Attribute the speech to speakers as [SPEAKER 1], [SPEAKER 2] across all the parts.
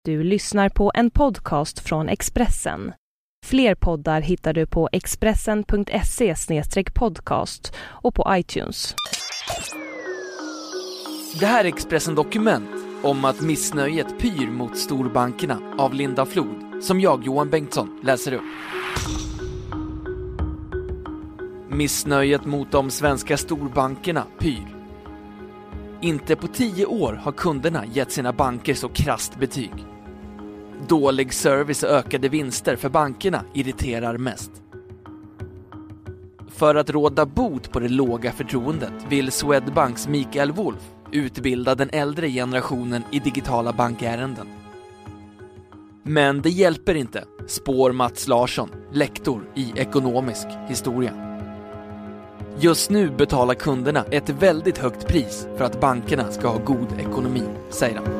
[SPEAKER 1] Du lyssnar på en podcast från Expressen. Fler poddar hittar du på expressen.se/podcast och på iTunes.
[SPEAKER 2] Det här är Expressen Dokument om att missnöjet pyr mot storbankerna av Linda Flod, som jag, Johan Bengtsson, läser upp. Missnöjet mot de svenska storbankerna pyr. Inte på 10 år har kunderna gett sina banker så krasst betyg. Dålig service och ökade vinster för bankerna irriterar mest. För att råda bot på det låga förtroendet vill Swedbanks Mikael Wolf utbilda den äldre generationen i digitala bankärenden. Men det hjälper inte, spår Mats Larsson, lektor i ekonomisk historia. Just nu betalar kunderna ett väldigt högt pris för att bankerna ska ha god ekonomi, säger han.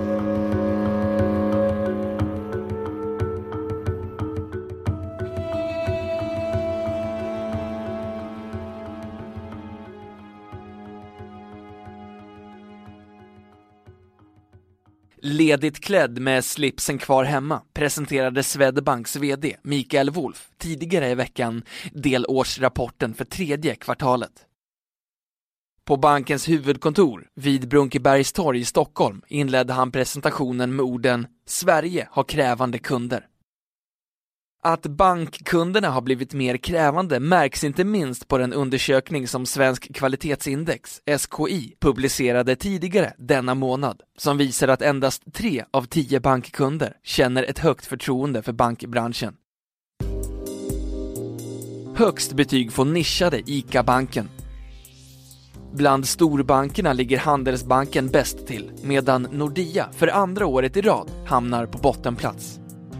[SPEAKER 2] Ledigt klädd med slipsen kvar hemma presenterade Swedbanks vd Mikael Wolf tidigare i veckan delårsrapporten för 3:e kvartalet. På bankens huvudkontor vid Brunkebergstorg i Stockholm inledde han presentationen med orden "Sverige har krävande kunder". Att bankkunderna har blivit mer krävande märks inte minst på den undersökning som Svensk kvalitetsindex, SKI, publicerade tidigare denna månad, som visar att endast 3 av 10 bankkunder känner ett högt förtroende för bankbranschen. Högst betyg får nischade ICA-banken. Bland storbankerna ligger Handelsbanken bäst till, medan Nordea för andra året i rad hamnar på bottenplats.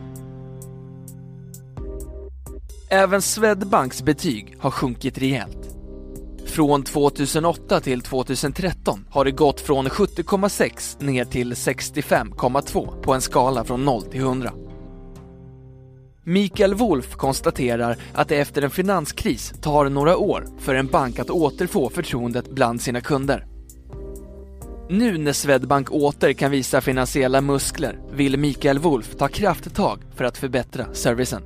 [SPEAKER 2] Även Swedbanks betyg har sjunkit rejält. Från 2008 till 2013 har det gått från 70,6 ner till 65,2 på en skala från 0 till 100. Mikael Wolf konstaterar att det efter en finanskris tar några år för en bank att återfå förtroendet bland sina kunder. Nu när Swedbank åter kan visa finansiella muskler vill Mikael Wolf ta krafttag för att förbättra servicen.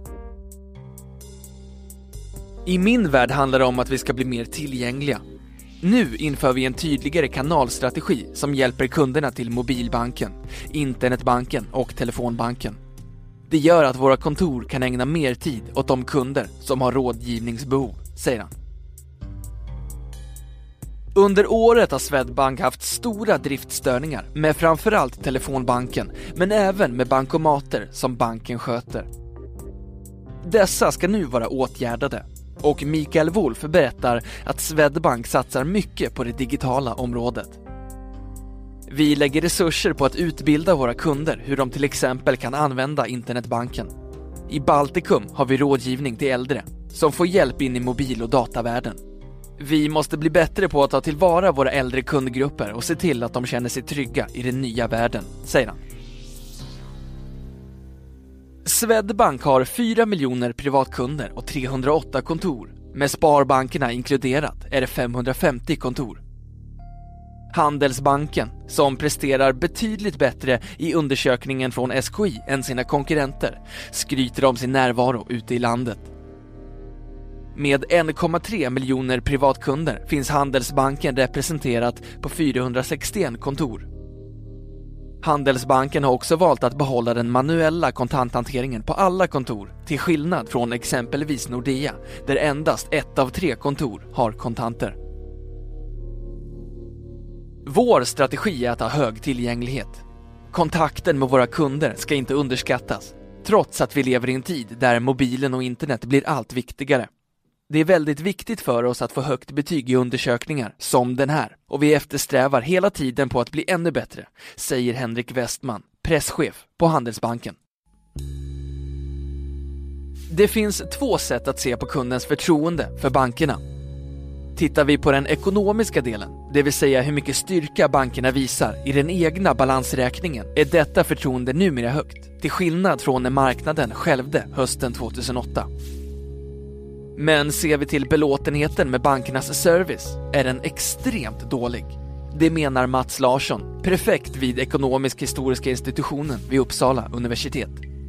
[SPEAKER 2] I min värld handlar det om att vi ska bli mer tillgängliga. Nu inför vi en tydligare kanalstrategi som hjälper kunderna till mobilbanken, internetbanken och telefonbanken. Det gör att våra kontor kan ägna mer tid åt de kunder som har rådgivningsbehov, säger han. Under året har Swedbank haft stora driftstörningar med framförallt telefonbanken, men även med bankomater som banken sköter. Dessa ska nu vara åtgärdade. Och Mikael Wolf berättar att Swedbank satsar mycket på det digitala området. Vi lägger resurser på att utbilda våra kunder hur de till exempel kan använda internetbanken. I Baltikum har vi rådgivning till äldre som får hjälp in i mobil- och datavärlden. Vi måste bli bättre på att ta tillvara våra äldre kundgrupper och se till att de känner sig trygga i den nya världen, säger han. Swedbank har 4 miljoner privatkunder och 308 kontor. Med sparbankerna inkluderat är det 550 kontor. Handelsbanken, som presterar betydligt bättre i undersökningen från SKI än sina konkurrenter, skryter om sin närvaro ute i landet. Med 1,3 miljoner privatkunder finns Handelsbanken representerat på 461 kontor. Handelsbanken har också valt att behålla den manuella kontanthanteringen på alla kontor, till skillnad från exempelvis Nordea, där endast 1 av 3 kontor har kontanter. Vår strategi är att ha hög tillgänglighet. Kontakten med våra kunder ska inte underskattas, trots att vi lever i en tid där mobilen och internet blir allt viktigare. Det är väldigt viktigt för oss att få högt betyg i undersökningar som den här, och vi eftersträvar hela tiden på att bli ännu bättre, säger Henrik Westman, presschef på Handelsbanken. Det finns 2 sätt att se på kundens förtroende för bankerna. Tittar vi på den ekonomiska delen, det vill säga hur mycket styrka bankerna visar i den egna balansräkningen, är detta förtroende numera högt, till skillnad från när marknaden skälvde hösten 2008. Men ser vi till belåtenheten med bankernas service är den extremt dålig. Det menar Mats Larsson, prefekt vid ekonomisk-historiska institutionen vid Uppsala universitet.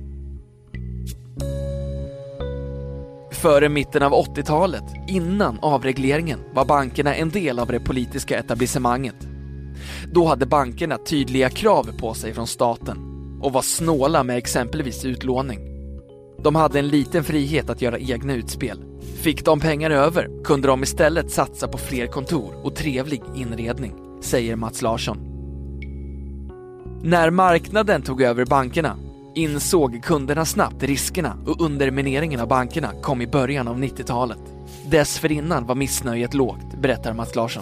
[SPEAKER 2] Före mitten av 80-talet, innan avregleringen, var bankerna en del av det politiska etablissemanget. Då hade bankerna tydliga krav på sig från staten och var snåla med exempelvis utlåning. De hade en liten frihet att göra egna utspel. Fick de pengar över kunde de istället satsa på fler kontor och trevlig inredning, säger Mats Larsson. När marknaden tog över bankerna insåg kunderna snabbt riskerna och undermineringen av bankerna kom i början av 90-talet. Dessförinnan var missnöjet lågt, berättar Mats Larsson.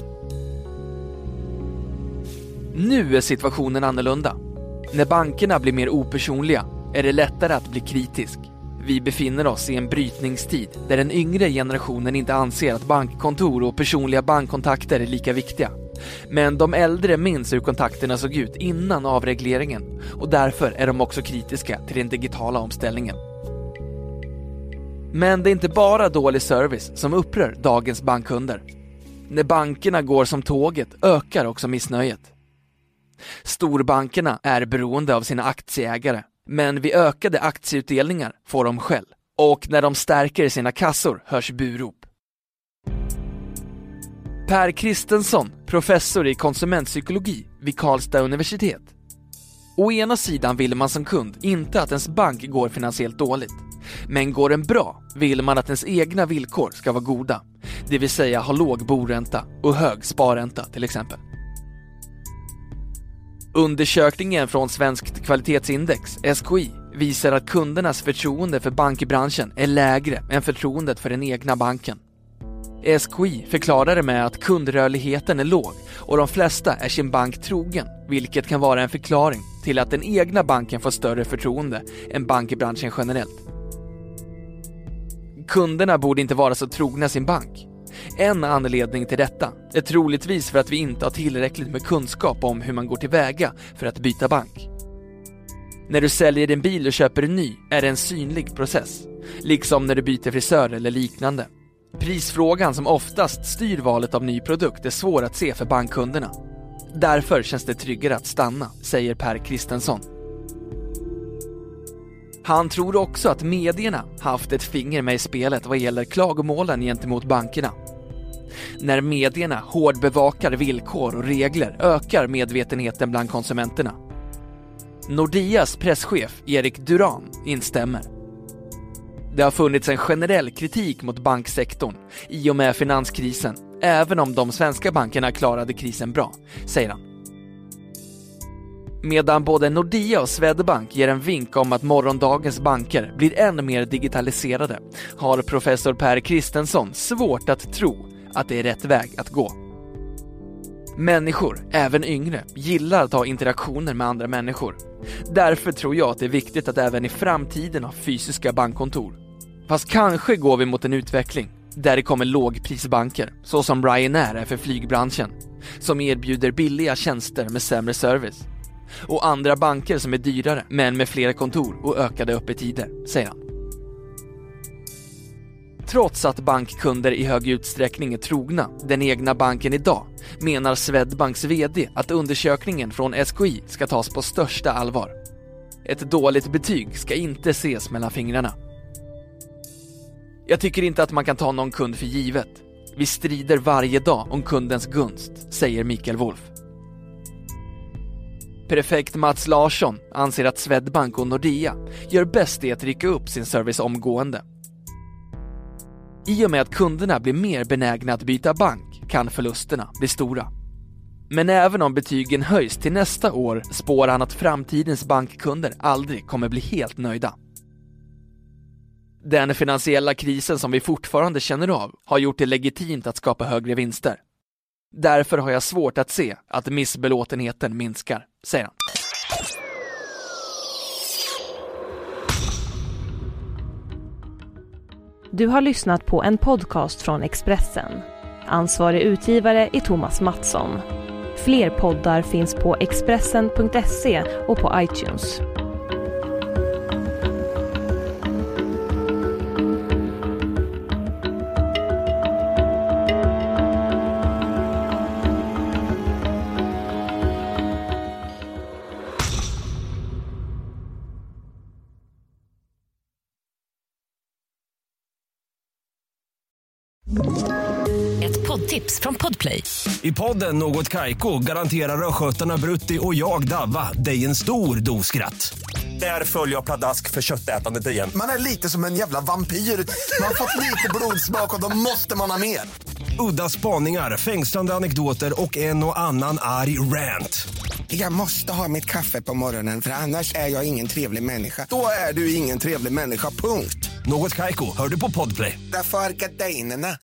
[SPEAKER 2] Nu är situationen annorlunda. När bankerna blir mer opersonliga är det lättare att bli kritisk. Vi befinner oss i en brytningstid där den yngre generationen inte anser att bankkontor och personliga bankkontakter är lika viktiga. Men de äldre minns hur kontakterna såg ut innan avregleringen och därför är de också kritiska till den digitala omställningen. Men det är inte bara dålig service som upprör dagens bankkunder. När bankerna går som tåget ökar också missnöjet. Storbankerna är beroende av sina aktieägare, men vid ökade aktieutdelningar får de skäll. Och när de stärker sina kassor hörs burop. Per Kristensson, professor i konsumentpsykologi vid Karlstad universitet. Å ena sidan vill man som kund inte att ens bank går finansiellt dåligt. Men går den bra vill man att ens egna villkor ska vara goda. Det vill säga ha låg boränta och hög sparränta till exempel. Undersökningen från Svenskt kvalitetsindex, SKI, visar att kundernas förtroende för bankbranschen är lägre än förtroendet för den egna banken. SKI förklarar det med att kundrörligheten är låg och de flesta är sin bank trogen, vilket kan vara en förklaring till att den egna banken får större förtroende än bankbranschen generellt. Kunderna borde inte vara så trogna sin bank. En anledning till detta är troligtvis för att vi inte har tillräckligt med kunskap om hur man går tillväga för att byta bank. När du säljer din bil och köper en ny är det en synlig process, liksom när du byter frisör eller liknande. Prisfrågan som oftast styr valet av ny produkt är svår att se för bankkunderna. Därför känns det tryggare att stanna, säger Per Kristensson. Han tror också att medierna haft ett finger med i spelet vad gäller klagomålen gentemot bankerna. När medierna hårdbevakar villkor och regler ökar medvetenheten bland konsumenterna. Nordeas presschef Erik Duran instämmer. Det har funnits en generell kritik mot banksektorn i och med finanskrisen, även om de svenska bankerna klarade krisen bra, säger han. Medan både Nordea och Swedbank ger en vink om att morgondagens banker blir än mer digitaliserade, har professor Per Kristensson svårt att tro att det är rätt väg att gå. Människor, även yngre, gillar att ha interaktioner med andra människor. Därför tror jag att det är viktigt att även i framtiden ha fysiska bankkontor. Fast kanske går vi mot en utveckling där det kommer lågprisbanker, så som Ryanair är för flygbranschen, som erbjuder billiga tjänster med sämre service. Och andra banker som är dyrare men med fler kontor och ökade öppettider, säger han. Trots att bankkunder i hög utsträckning är trogna den egna banken idag, menar Swedbanks vd att undersökningen från SKI ska tas på största allvar. Ett dåligt betyg ska inte ses mellan fingrarna. Jag tycker inte att man kan ta någon kund för givet. Vi strider varje dag om kundens gunst, säger Mikael Wolf. Prefekt Mats Larsson anser att Swedbank och Nordea gör bäst i att rycka upp sin service omgående. I och med att kunderna blir mer benägna att byta bank kan förlusterna bli stora. Men även om betygen höjs till nästa år spår han att framtidens bankkunder aldrig kommer bli helt nöjda. Den finansiella krisen som vi fortfarande känner av har gjort det legitimt att skapa högre vinster. Därför har jag svårt att se att missbelåtenheten minskar, säger han.
[SPEAKER 1] Du har lyssnat på en podcast från Expressen. Ansvarig utgivare är Thomas Mattsson. Fler poddar finns på Expressen.se och på iTunes.
[SPEAKER 3] Ett poddtips från Podplay.
[SPEAKER 4] I podden Något Kaiko garanterar röskötarna Brutti och jag Davva dig en stor doskratt. Där följer jag pladask för köttätandet igen.
[SPEAKER 5] Man är lite som en jävla vampyr. Man har fått lite blodsmak och då måste man ha mer.
[SPEAKER 4] Udda spaningar, fängslande anekdoter och en och annan arg rant.
[SPEAKER 5] Jag måste ha mitt kaffe på morgonen för annars är jag ingen trevlig människa. Då är du ingen trevlig människa, punkt.
[SPEAKER 4] Något Kaiko, hör du på Podplay.
[SPEAKER 5] Därför är gardinerna.